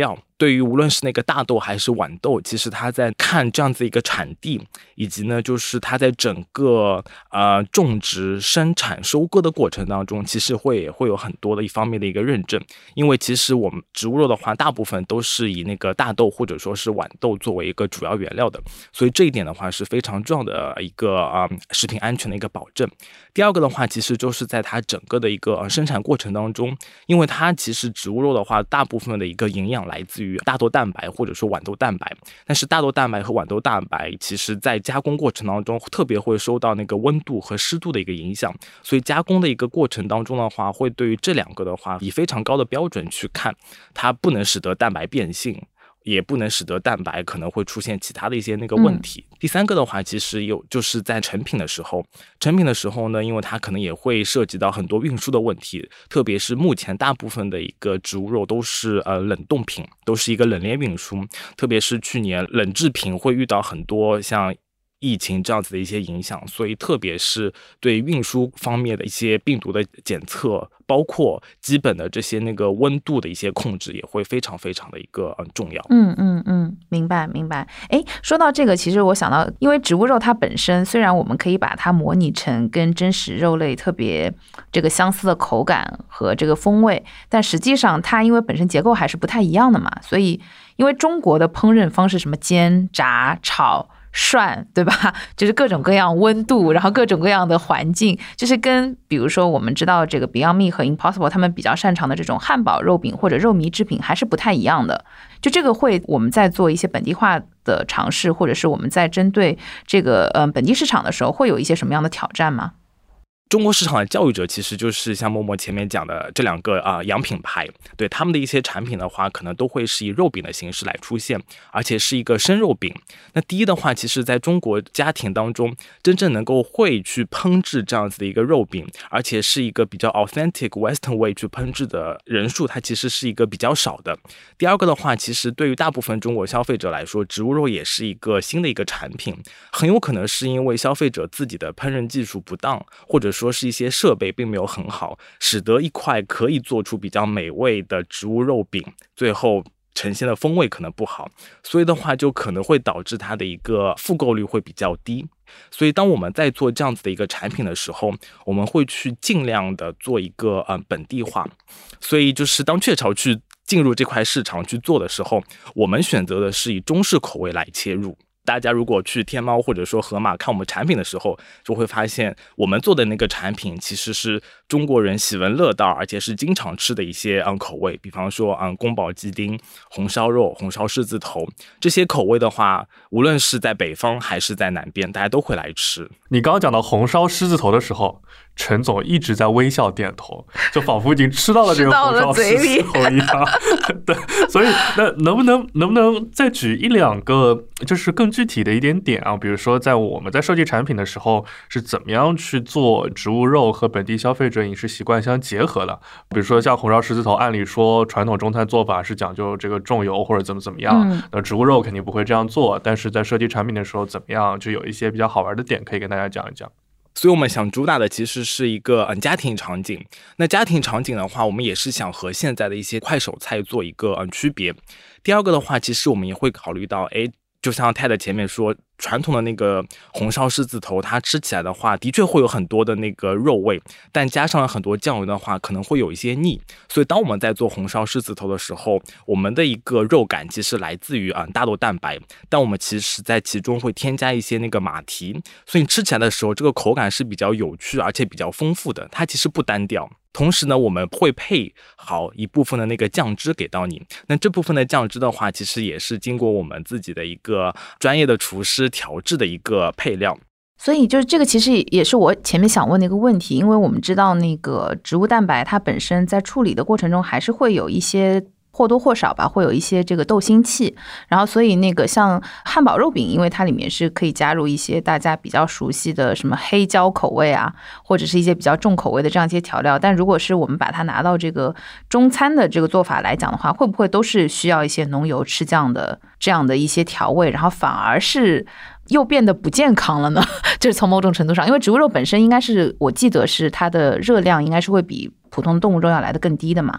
对于无论是那个大豆还是豌豆，其实他在看这样子一个产地，以及呢就是他在整个种植、生产、收割的过程当中，其实也会有很多的一方面的一个认证。因为其实我们植物肉的话，大部分都是以那个大豆或者说是豌豆作为一个主要原料的，所以这一点的话是非常重要的一个食品安全的一个保证。第二个的话，其实就是在它整个的一个生产过程当中，因为它其实植物肉的话，大部分的一个营养来自于大豆蛋白或者说豌豆蛋白，但是大豆蛋白和豌豆蛋白其实在加工过程当中特别会受到那个温度和湿度的一个影响，所以加工的一个过程当中的话，会对于这两个的话以非常高的标准去看，它不能使得蛋白变性，也不能使得蛋白可能会出现其他的一些那个问题。第三个的话，其实就是在成品的时候呢，因为它可能也会涉及到很多运输的问题，特别是目前大部分的一个植物肉都是冷冻品，都是一个冷链运输，特别是去年冷制品会遇到很多像疫情这样子的一些影响，所以特别是对运输方面的一些病毒的检测，包括基本的这些那个温度的一些控制，也会非常非常的一个重要。 明白。说到这个，其实我想到，因为植物肉它本身虽然我们可以把它模拟成跟真实肉类特别这个相似的口感和这个风味，但实际上它因为本身结构还是不太一样的嘛，所以因为中国的烹饪方式什么煎、炸、炒、涮，对吧？就是各种各样温度，然后各种各样的环境，就是跟比如说我们知道这个 Beyond Meat 和 Impossible 他们比较擅长的这种汉堡肉饼或者肉糜制品还是不太一样的。就这个会我们在做一些本地化的尝试，或者是我们在针对这个本地市场的时候，会有一些什么样的挑战吗？ 中国市场的教育者其实就是像默默前面讲的这两个洋品牌，对他们的一些产品的话，可能都会是以肉饼的形式来出现，而且是一个生肉饼。那第一的话，其实在中国家庭当中，真正能够会去烹制这样子的一个肉饼，而且是一个比较 authentic Western way 去烹制的人数，它其实是一个比较少的。第二个的话，其实对于大部分中国消费者来说，植物肉也是一个新的一个产品，很有可能是因为消费者自己的烹饪技术不当，或者说是一些设备并没有很好，使得一块可以做出比较美味的植物肉饼，最后呈现的风味可能不好，所以的话就可能会导致它的一个复购率会比较低。所以当我们在做这样子的一个产品的时候，我们会去尽量的做一个本地化。所以就是当雀巢去进入这块市场去做的时候，我们选择的是以中式口味来切入。大家如果去天猫或者说盒马看我们产品的时候，就会发现我们做的那个产品其实是中国人喜闻乐道，而且是经常吃的一些口味，比方说宫保鸡丁、红烧肉、红烧狮子头，这些口味的话，无论是在北方还是在南边，大家都会来吃。 你刚刚讲到红烧狮子头的时候，陈总一直在微笑点头，就仿佛已经吃到了这个红烧狮子头一样。对，所以那能不能再举一两个就是更具体的一点点啊？比如说在我们在设计产品的时候是怎么样去做植物肉和本地消费者饮食习惯相结合的？比如说像红烧狮子头，按理说传统中餐做法是讲究这个重油或者怎么样，那植物肉肯定不会这样做，但是在设计产品的时候怎么样，就有一些比较好玩的点可以跟大家讲一讲。 所以我们想主打的其实是一个家庭场景。那家庭场景的话，我们也是想和现在的一些快手菜做一个区别。第二个的话，其实我们也会考虑到，就像Ted前面说，传统的那个红烧狮子头，它吃起来的话，的确会有很多的那个肉味，但加上了很多酱油的话，可能会有一些腻。所以当我们在做红烧狮子头的时候，我们的一个肉感其实来自于大豆蛋白，但我们其实在其中会添加一些那个马蹄，所以你吃起来的时候，这个口感是比较有趣而且比较丰富的，它其实不单调。同时呢，我们会配好一部分的那个酱汁给到你。那这部分的酱汁的话，其实也是经过我们自己的一个专业的厨师调制的一个配料。 所以就是这个其实也是我前面想问的一个问题，因为我们知道那个植物蛋白它本身在处理的过程中还是会有一些或多或少吧，会有一些这个斗心气，然后所以那个像汉堡肉饼，因为它里面是可以加入一些大家比较熟悉的什么黑椒口味啊，或者是一些比较重口味的这样一些调料，但如果是我们把它拿到这个中餐的这个做法来讲的话，会不会都是需要一些浓油赤酱的这样的一些调味，然后反而是又变得不健康了呢？就是从某种程度上，因为植物肉本身应该是我记得是它的热量应该是会比普通动物肉要来的更低的嘛。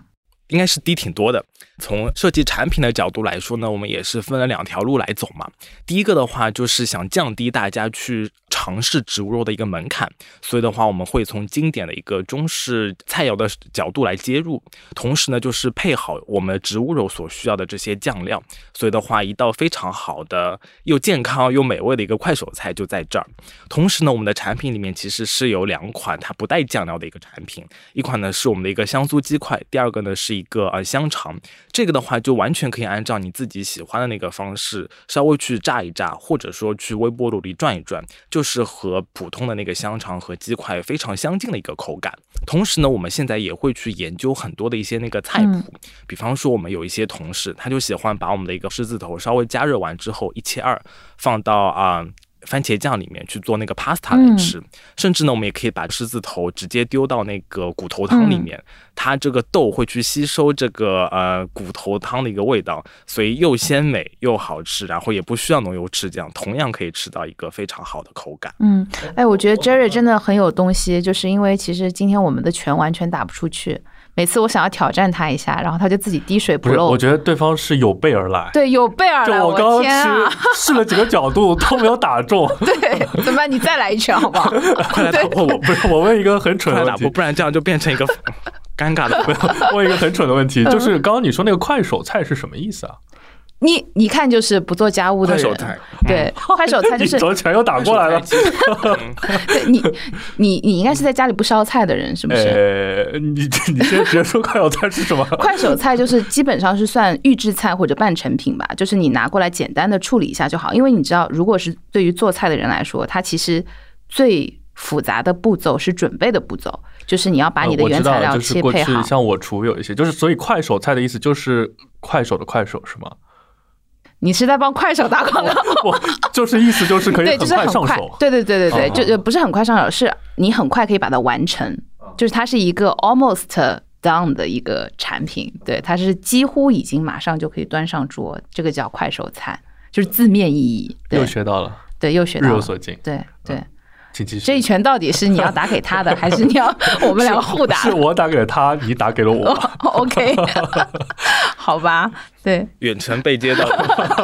应该是低挺多的。从设计产品的角度来说呢，我们也是分了2条路来走嘛。第一个的话就是想降低大家去尝试植物肉的一个门槛，所以的话我们会从经典的一个中式菜肴的角度来接入，同时呢就是配好我们植物肉所需要的这些酱料，所以的话一道非常好的又健康又美味的一个快手菜就在这儿。同时呢我们的产品里面其实是有2款它不带酱料的一个产品，一款呢是我们的一个香酥鸡块，第二个呢是一个香肠。这个的话就完全可以按照你自己喜欢的那个方式稍微去炸一炸，或者说去微波炉里转一转，就是和普通的那个香肠和鸡块非常相近的一个口感。同时呢我们现在也会去研究很多的一些那个菜谱，比方说我们有一些同事他就喜欢把我们的一个狮子头稍微加热完之后1切2放到番茄酱里面去做那个 pasta 来吃，甚至呢我们也可以把狮子头直接丢到那个骨头汤里面，它这个豆会去吸收这个骨头汤的一个味道，所以又鲜美又好吃，然后也不需要浓油赤酱，同样可以吃到一个非常好的口感。 我觉得 Jerry 真的很有东西，就是因为其实今天我们的拳完全打不出去，每次我想要挑战他一下，然后他就自己滴水不漏。 我觉得对方是有备而来， 对，有备而来。 就我刚刚试了几个角度都没有打中。 对，怎么办？你再来一拳好不好？ 快来打破我！ 不是，我问一个很蠢的问题， 不然这样就变成一个尴尬的。 问一个很蠢的问题，就是刚刚你说那个快手菜是什么意思啊？ 你看就是不做家务的人， 快手菜， 对，快手菜就是你拳又打过来了。 对，你应该是在家里不烧菜的人，是不是？ 你先直接说快手菜是什么？ 快手菜就是基本上是算预制菜或者半成品吧，就是你拿过来简单的处理一下就好。因为你知道，如果是对于做菜的人来说，它其实最复杂的步骤是准备的步骤，就是你要把你的原材料切配好。 就是过去像我厨有一些，就是所以快手菜的意思就是快手的快手是吗？ 你是在帮快手打广告？ 就是意思就是可以很快上手。 对，就不是很快上手，是你很快可以把它完成，就是它是一个 almost done 的一个产品，对，它是几乎已经马上就可以端上桌，这个叫快手菜，就是字面意义。 又学到了， 对，又学到了， 日有所进， 对。 请继续。 这一拳到底是你要打给他的，还是你要我们两个互打？ 是我打给他，你打给了我。 OK， 好吧，对， 远程被接到。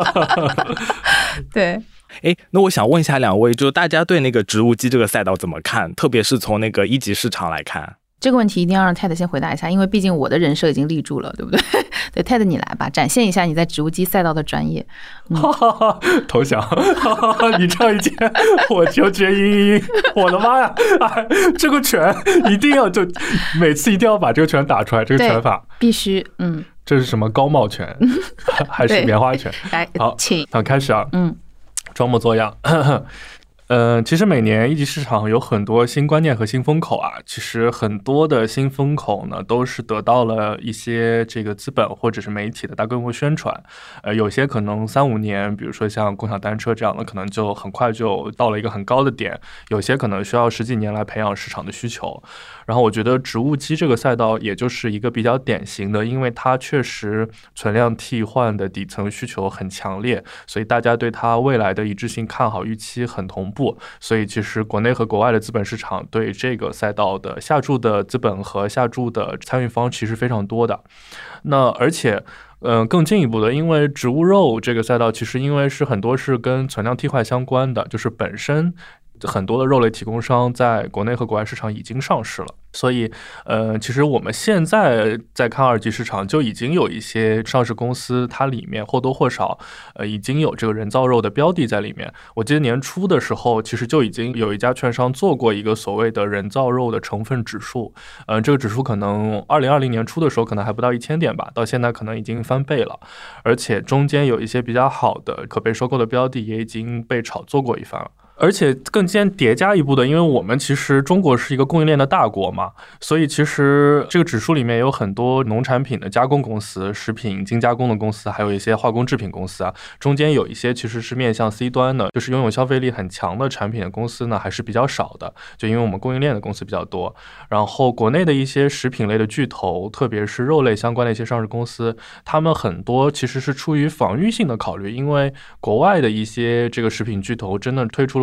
对。 那我想问一下2位，就大家对那个植物基这个赛道怎么看？特别是从那个1级市场来看。 这个问题一定要让 Ted 先回答一下，因为毕竟我的人设已经立住了，对不对？对 Ted 你来吧，展现一下你在植物基赛道的专业。 投降！你这样一接，我就觉得我的妈呀！这个拳一定要就每次一定要把这个拳打出来，这个拳法必须。 这是什么高帽拳还是棉花拳？ 来， 好， 请开始啊。装模作样。其实每年1级市场有很多新观念和新风口啊，其实很多的新风口呢都是得到了一些这个资本或者是媒体的大规模宣传，有些可能3-5年，比如说像共享单车这样的，可能就很快就到了一个很高的点，有些可能需要10几年来培养市场的需求。然后我觉得植物基这个赛道也就是一个比较典型的，因为它确实存量替换的底层需求很强烈，所以大家对它未来的一致性看好预期很同步，所以其实国内和国外的资本市场对这个赛道的下注的资本和下注的参与方其实非常多的。那而且更进一步的，因为植物肉这个赛道其实因为是很多是跟存量替换相关的，就是本身很多的肉类提供商在国内和国外市场已经上市了，所以其实我们现在在看2级市场就已经有一些上市公司，它里面或多或少已经有这个人造肉的标的在里面。我记得年初的时候，其实就已经有一家券商做过一个所谓的人造肉的成分指数，这个指数可能2020年初的时候可能还不到1000点吧，到现在可能已经翻倍了，而且中间有一些比较好的可被收购的标的也已经被炒作过一番了。而且更叠加一步的，因为我们其实中国是一个供应链的大国嘛，所以其实这个指数里面有很多农产品的加工公司、食品精加工的公司，还有一些化工制品公司啊，中间有一些其实是面向 C 端的，就是拥有消费力很强的产品的公司呢还是比较少的，就因为我们供应链的公司比较多。然后国内的一些食品类的巨头，特别是肉类相关的一些上市公司，他们很多其实是出于防御性的考虑，因为国外的一些这个食品巨头真的推出了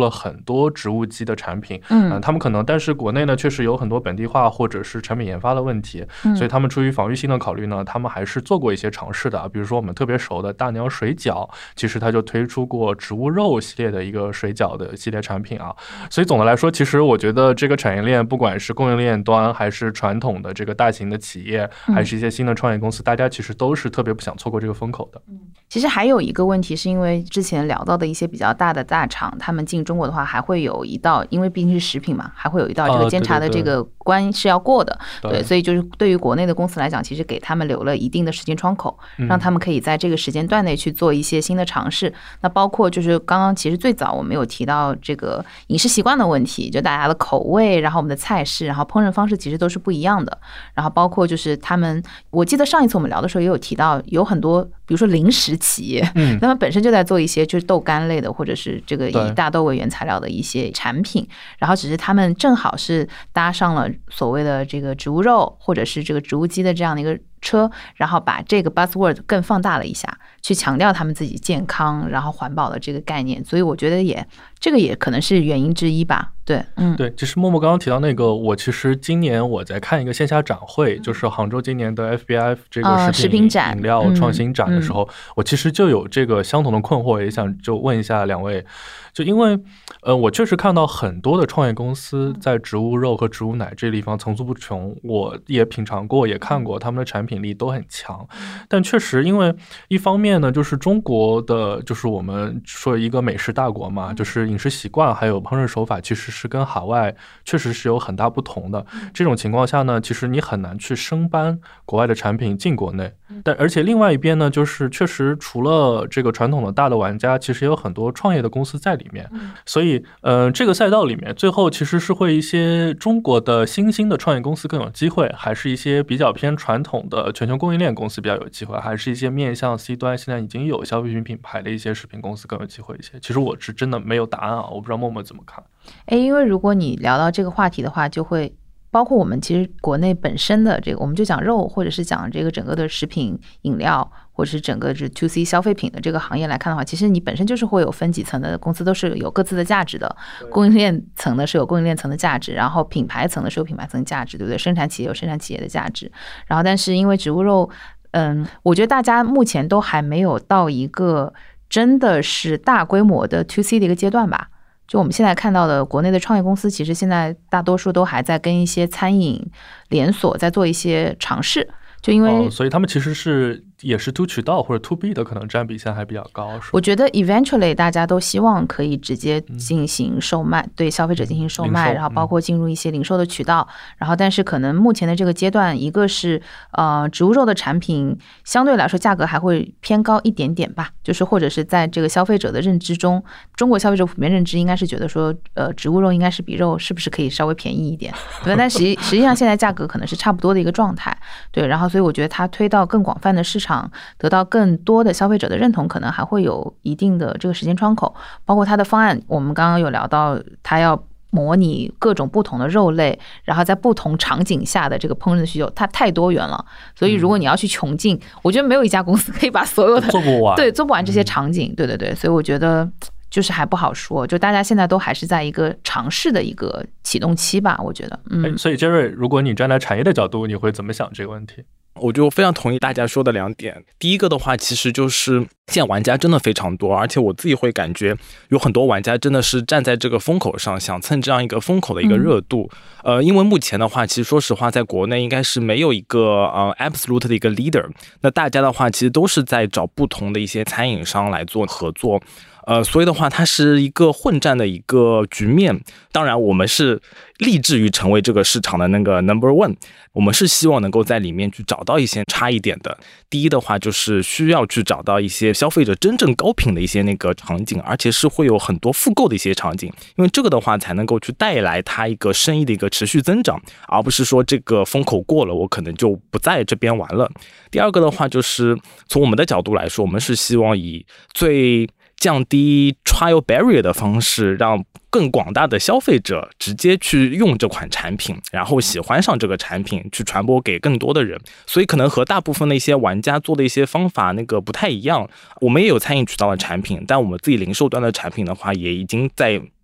了很多植物基的产品，他们可能但是国内呢确实有很多本地化或者是产品研发的问题，所以他们出于防御性的考虑呢，他们还是做过一些尝试的，比如说我们特别熟的大娘水饺，其实它就推出过植物肉系列的一个水饺的系列产品啊。所以总的来说，其实我觉得这个产业链不管是供应链端还是传统的这个大型的企业，还是一些新的创业公司，大家其实都是特别不想错过这个风口的。 其实还有一个问题是因为之前聊到的一些比较大的大厂，他们进中国的话还会有一道，因为毕竟是食品嘛，还会有一道这个监察的这个关是要过的。对，所以就是对于国内的公司来讲，其实给他们留了一定的时间窗口，让他们可以在这个时间段内去做一些新的尝试。那包括就是刚刚其实最早我们有提到这个饮食习惯的问题，就大家的口味，然后我们的菜式，然后烹饪方式其实都是不一样的。然后包括就是他们，我记得上一次我们聊的时候也有提到，有很多比如说零食企业，他们本身就在做一些就是豆干类的，或者是这个以大豆为原材料的一些产品，然后只是他们正好是搭上了所谓的这个植物肉或者是这个植物基的这样的一个车，然后把这个 buzzword 更放大了一下，去强调他们自己健康然后环保的这个概念，所以我觉得这个也可能是原因之一吧。对， 对，其实默默刚刚提到那个，我其实今年我在看一个线下展会，就是杭州今年的 FBIF 这个食品饮料创新展的时候，我其实就有这个相同的困惑，也想就问一下两位，就因为我确实看到很多的创业公司在植物肉和植物奶这地方层出不穷，我也品尝过，也看过，他们的产品力都很强，但确实因为一方面呢，就是中国的就是我们说一个美食大国嘛，就是饮食习惯还有烹饪手法其实是跟海外确实是有很大不同的。这种情况下呢，其实你很难去生搬国外的产品进国内。但而且另外一边呢，就是确实除了这个传统的大的玩家，其实也有很多创业的公司在里面。所以这个赛道里面最后其实是会一些中国的新兴的创业公司更有机会，还是一些比较偏传统的全球供应链公司比较有机会，还是一些面向 C 端现在已经有消费品品牌的一些食品公司更有机会一些？其实我是真的没有答案啊，我不知道默默怎么看。 因为如果你聊到这个话题的话，就会包括我们其实国内本身的这个，我们就讲肉，或者是讲这个整个的食品饮料，或者是整个是 2C 消费品的这个行业来看的话，其实你本身就是会有分几层的公司，都是有各自的价值的。供应链层的是有供应链层的价值，然后品牌层的是有品牌层的价值，对不对？生产企业有生产企业的价值。然后但是因为植物肉，我觉得大家目前都还没有到一个真的是大规模的 2C 的一个阶段吧。就我们现在看到的国内的创业公司，其实现在大多数都还在跟一些餐饮连锁在做一些尝试，就因为所以他们其实也是 to 渠道或者 to B 的可能占比现在还比较高。 我觉得 eventually 大家都希望可以直接进行售卖，对消费者进行售卖，然后包括进入一些零售的渠道。然后但是可能目前的这个阶段，一个是植物肉的产品相对来说价格还会偏高一点点吧，就是或者是在这个消费者的认知中，中国消费者普遍认知应该是觉得说植物肉应该是比肉是不是可以稍微便宜一点，对吧？但实际上现在价格可能是差不多的一个状态。对，然后所以我觉得它推到更广泛的市场，得到更多的消费者的认同，可能还会有一定的这个时间窗口。包括它的方案，我们刚刚有聊到，它要模拟各种不同的肉类，然后在不同场景下的这个烹饪需求，它太多元了。所以如果你要去穷尽，我觉得没有一家公司可以把所有的做不完， 对，做不完这些场景。对对对，所以我觉得就是还不好说，就大家现在都还是在一个尝试的一个启动期吧，我觉得。 所以杰瑞，如果你站在产业的角度，你会怎么想这个问题？ 我就非常同意大家说的两点。第一个的话，其实就是现在玩家真的非常多，而且我自己会感觉有很多玩家真的是站在这个风口上，想蹭这样一个风口的一个热度。因为目前的话，其实说实话，在国内应该是没有一个absolute 的一个 leader。那大家的话，其实都是在找不同的一些餐饮商来做合作。所以的话，它是一个混战的一个局面。当然，我们是立志于成为这个市场的那个 number one。我们是希望能够在里面去找到一些差异点的。第一的话，就是需要去找到一些消费者真正高频的一些那个场景，而且是会有很多复购的一些场景，因为这个的话才能够去带来它一个生意的一个持续增长，而不是说这个风口过了，我可能就不在这边玩了。第二个的话，就是从我们的角度来说，我们是希望以最降低 trial barrier 的方式，让更广大的消费者直接去用这款产品，然后喜欢上这个产品，去传播给更多的人。所以可能和大部分的一些玩家做的一些方法那个不太一样。我们也有餐饮渠道的产品，但我们自己零售端的产品的话，也已经在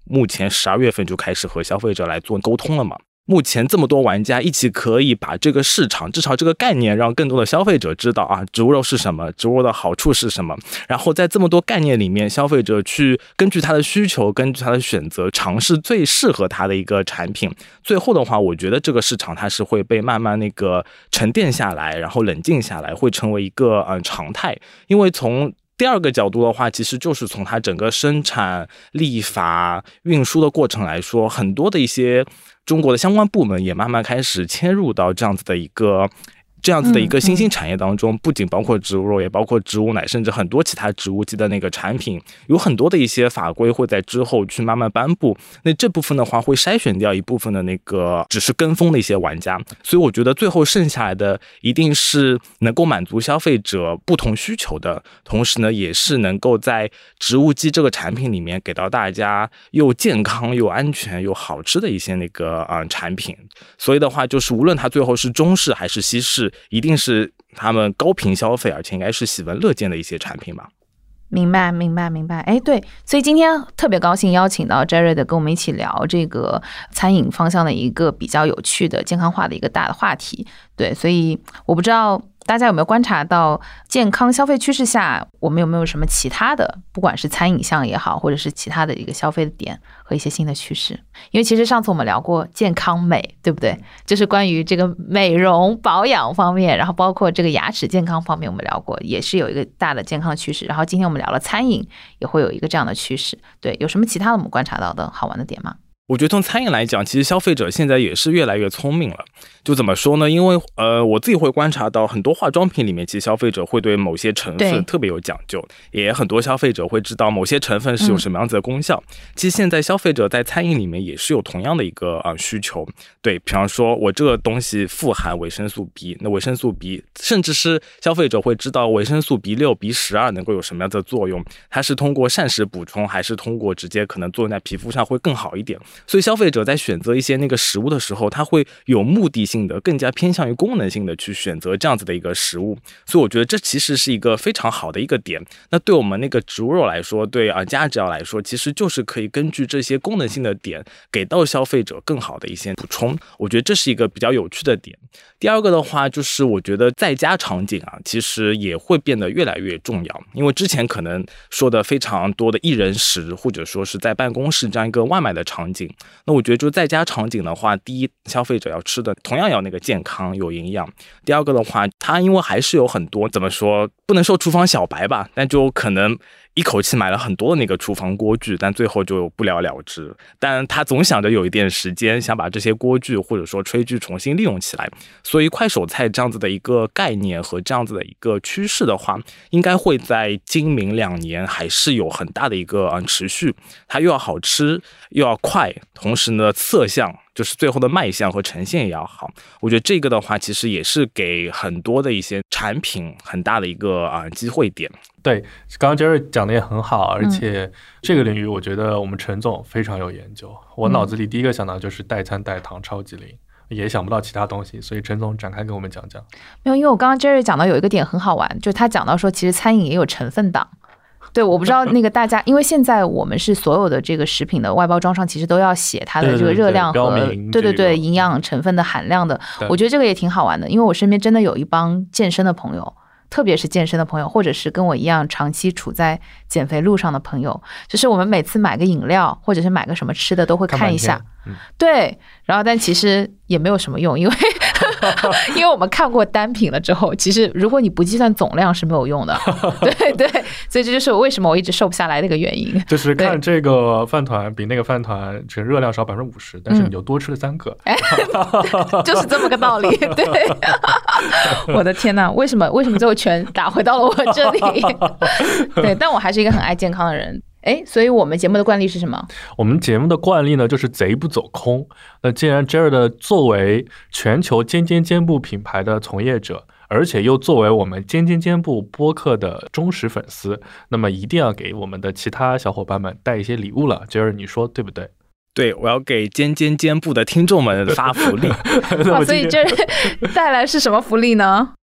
目前12月份就开始和消费者来做沟通了嘛。目前这么多玩家一起可以把这个市场，至少这个概念让更多的消费者知道啊，植物肉是什么，植物肉的好处是什么，然后在这么多概念里面，消费者去根据他的需求，根据他的选择，尝试最适合他的一个产品。最后的话，我觉得这个市场它是会被慢慢那个沉淀下来，然后冷静下来，会成为一个常态。因为从第二个角度的话，其实就是从它整个生产、立法、运输的过程来说，很多的一些中国的相关部门也慢慢开始迁入到这样子的一个新兴产业当中，不仅包括植物肉，也包括植物奶，甚至很多其他植物基的那个产品，有很多的一些法规会在之后去慢慢颁布。那这部分的话会筛选掉一部分的那个只是跟风的一些玩家，所以我觉得最后剩下来的一定是能够满足消费者不同需求的，同时呢，也是能够在植物基这个产品里面给到大家又健康又安全又好吃的一些那个产品。所以的话，就是无论它最后是中式还是西式，一定是他们高频消费，而且应该是喜闻乐见的一些产品吧。 明白。哎，对，所以今天特别高兴邀请到 Jared 跟我们一起聊这个餐饮方向的一个比较有趣的健康化的一个大的话题。对，所以我不知道大家有没有观察到健康消费趋势下，我们有没有什么其他的，不管是餐饮项也好，或者是其他的一个消费的点和一些新的趋势。因为其实上次我们聊过健康美，对不对？就是关于这个美容保养方面，然后包括这个牙齿健康方面我们聊过，也是有一个大的健康的趋势。然后今天我们聊了餐饮，也会有一个这样的趋势。对，有什么其他的我们观察到的好玩的点吗？ 我觉得从餐饮来讲，其实消费者现在也是越来越聪明了。就怎么说呢？因为我自己会观察到很多化妆品里面，其实消费者会对某些成分特别有讲究，也很多消费者会知道某些成分是有什么样子的功效。其实现在消费者在餐饮里面也是有同样的一个需求。对，比方说我这个东西富含维生素 B， 那维生素 B 甚至是消费者会知道维生素 B6、B12 能够有什么样的作用，它是通过膳食补充还是通过直接可能作用在皮肤上会更好一点。所以消费者在选择一些那个食物的时候，他会有目的性的，更加偏向于功能性的去选择这样子的一个食物。所以我觉得这其实是一个非常好的一个点。那对我们那个植物肉来说，对家植药来说，其实就是可以根据这些功能性的点给到消费者更好的一些补充。我觉得这是一个比较有趣的点。第二个的话，就是我觉得在家场景其实也会变得越来越重要。因为之前可能说的非常多的一人食，或者说是在办公室这样一个外卖的场景，那我觉得就在家场景的话，第一，消费者要吃的同样要那个健康有营养。第二个的话，它因为还是有很多怎么说，不能说厨房小白吧，但就可能一口气买了很多的那个厨房锅具，但最后就不了了之。但他总想着有一点时间，想把这些锅具或者说炊具重新利用起来。所以快手菜这样子的一个概念和这样子的一个趋势的话，应该会在今明2年还是有很大的一个持续。它又要好吃又要快，同时呢色相就是最后的卖相和呈现也要好。我觉得这个的话其实也是给很多的一些产品很大的一个机会点。 对，刚刚 Jerry 讲的也很好，而且这个领域我觉得我们陈总非常有研究。我脑子里第一个想到就是代餐代糖超级灵，也想不到其他东西，所以陈总展开跟我们讲讲。 没有，因为我刚刚 Jerry 讲到有一个点很好玩，就是他讲到说其实餐饮也有成分党。对，我不知道那个大家，因为现在我们是所有的这个食品的外包装上其实都要写它的这个热量和对营养成分的含量的。我觉得这个也挺好玩的，因为我身边真的有一帮健身的朋友，特别是健身的朋友，或者是跟我一样长期处在减肥路上的朋友，就是我们每次买个饮料或者是买个什么吃的都会看一下，对，然后但其实也没有什么用，因为因为我们看过单品了之后，其实如果你不计算总量是没有用的。对对，所以这就是为什么我一直瘦不下来的一个原因。 就是看这个饭团比那个饭团这个热量少50%，但是你就多吃了3个。 就是这么个道理。对，我的天哪，为什么最后全打回到了我这里？对，但我还是一个很爱健康的人。所以我们节目的惯例是什么？ 我们节目的惯例呢，就是贼不走空。那既然 Jared 作为全球尖尖尖部品牌的从业者，而且又作为我们尖尖尖部播客的忠实粉丝，那么一定要给我们的其他小伙伴们带一些礼物了。Jared 你说对不对？ 对，我要给尖部的听众们发福利。 所以这带来是什么福利呢？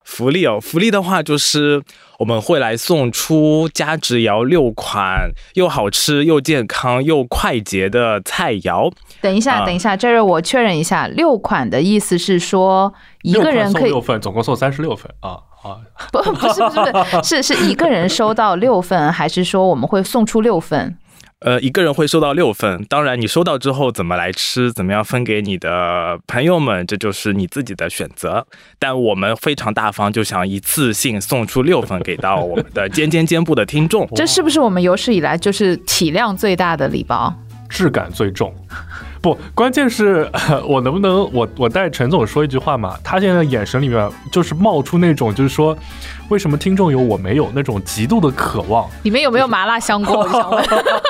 福利的话就是我们会来送出加值肴6款又好吃又健康又快捷的菜肴。 等一下，Jerry，我确认一下，6款的意思是说一个人可以送6份，总共送36份啊。 不是一个人收到6份，还是说我们会送出6份？ 一个人会收到6份，当然你收到之后怎么来吃，怎么样分给你的朋友们，这就是你自己的选择。但我们非常大方，就想一次性送出6份给到我们的尖部的听众。 这是不是我们有史以来就是体量最大的礼包？ 质感最重。不，关键是我能不能我带陈总说一句话嘛？他现在眼神里面就是冒出那种就是说，为什么听众有我没有那种极度的渴望？ 里面有没有麻辣香锅？我想问。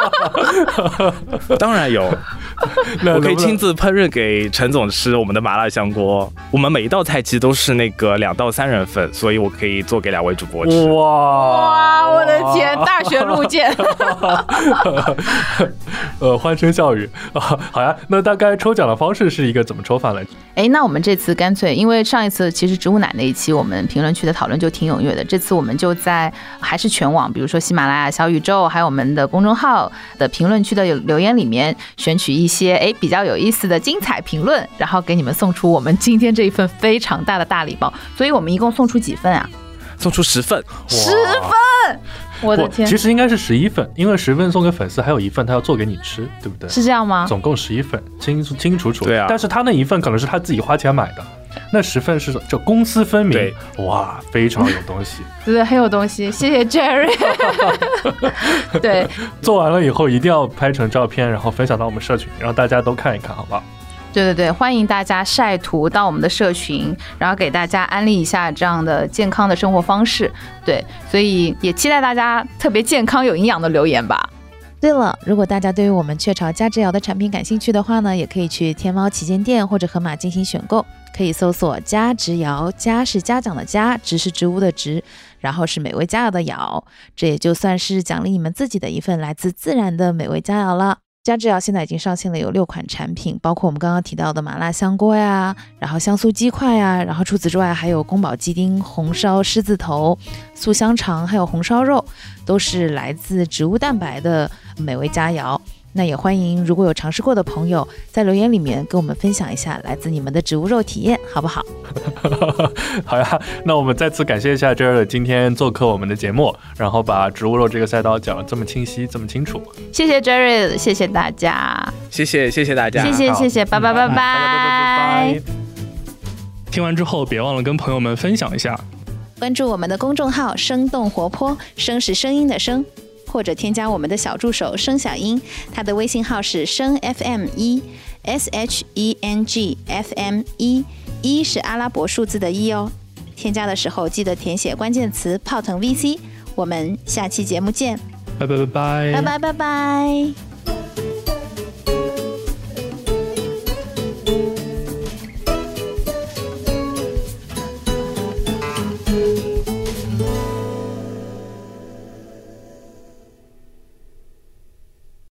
当然有，我可以亲自烹饪给陈总吃我们的麻辣香锅。我们每一道菜其实都是那个2到3人份，所以我可以做给2位主播吃。 哇，我的天，大学路见。 欢声笑语啊，好呀。那大概抽奖的方式是一个怎么抽法来着？ 那我们这次干脆，因为上一次其实植物奶那一期我们评论区的讨论就挺踊跃的，这次我们就在还是全网，比如说喜马拉雅、小宇宙，还有我们的公众号的评论区的留言里面选取一些比较有意思的精彩评论，然后给你们送出我们今天这一份非常大的大礼包。所以我们一共送出几份啊？ 送出10份。 10份！我的天， 其实应该是11份，因为10份送给粉丝，还有1份他要做给你吃，对不对？是这样吗？ 总共11份，清楚。 对啊。 但是他那1份可能是他自己花钱买的，那10份是这公私分明。 对， 哇，非常有东西。 对，很有东西，谢谢 Jerry。对， 做完了以后一定要拍成照片，然后分享到我们社群，让大家都看一看，好不好？ 对，欢迎大家晒图到我们的社群，然后给大家安利一下这样的健康的生活方式。对，所以也期待大家特别健康有营养的留言吧。 对了，如果大家对于我们雀巢加之瑶的产品感兴趣的话呢，也可以去天猫旗舰店或者盒马进行选购，可以搜索加之瑶，加是嘉奖的嘉，植是植物的植，然后是美味佳肴的肴，这也就算是奖励你们自己的一份来自自然的美味佳肴了。加之瑶现在已经上线了有6款产品，包括我们刚刚提到的麻辣香锅呀，然后香酥鸡块呀，然后除此之外还有宫保鸡丁、红烧狮子头、素香肠，还有红烧肉，都是来自植物蛋白的美味佳肴。那也欢迎如果有尝试过的朋友在留言里面跟我们分享一下来自你们的植物肉体验，好不好？ 好呀，那我们再次感谢一下 Jerry 今天做客我们的节目，然后把植物肉这个赛道讲得这么清晰这么清楚。 谢谢 Jerry， 谢谢大家， 谢谢大家， 谢谢，拜拜。 听完之后别忘了跟朋友们分享一下， 关注我们的公众号生动活泼，声是声音的声，或者添加我们的小助手生小英，他的微信号是生 FM1 SHENG FM1， 1是阿拉伯数字的1哦。添加的时候记得填写关键词泡腾 VC。我们下期节目见， 拜拜。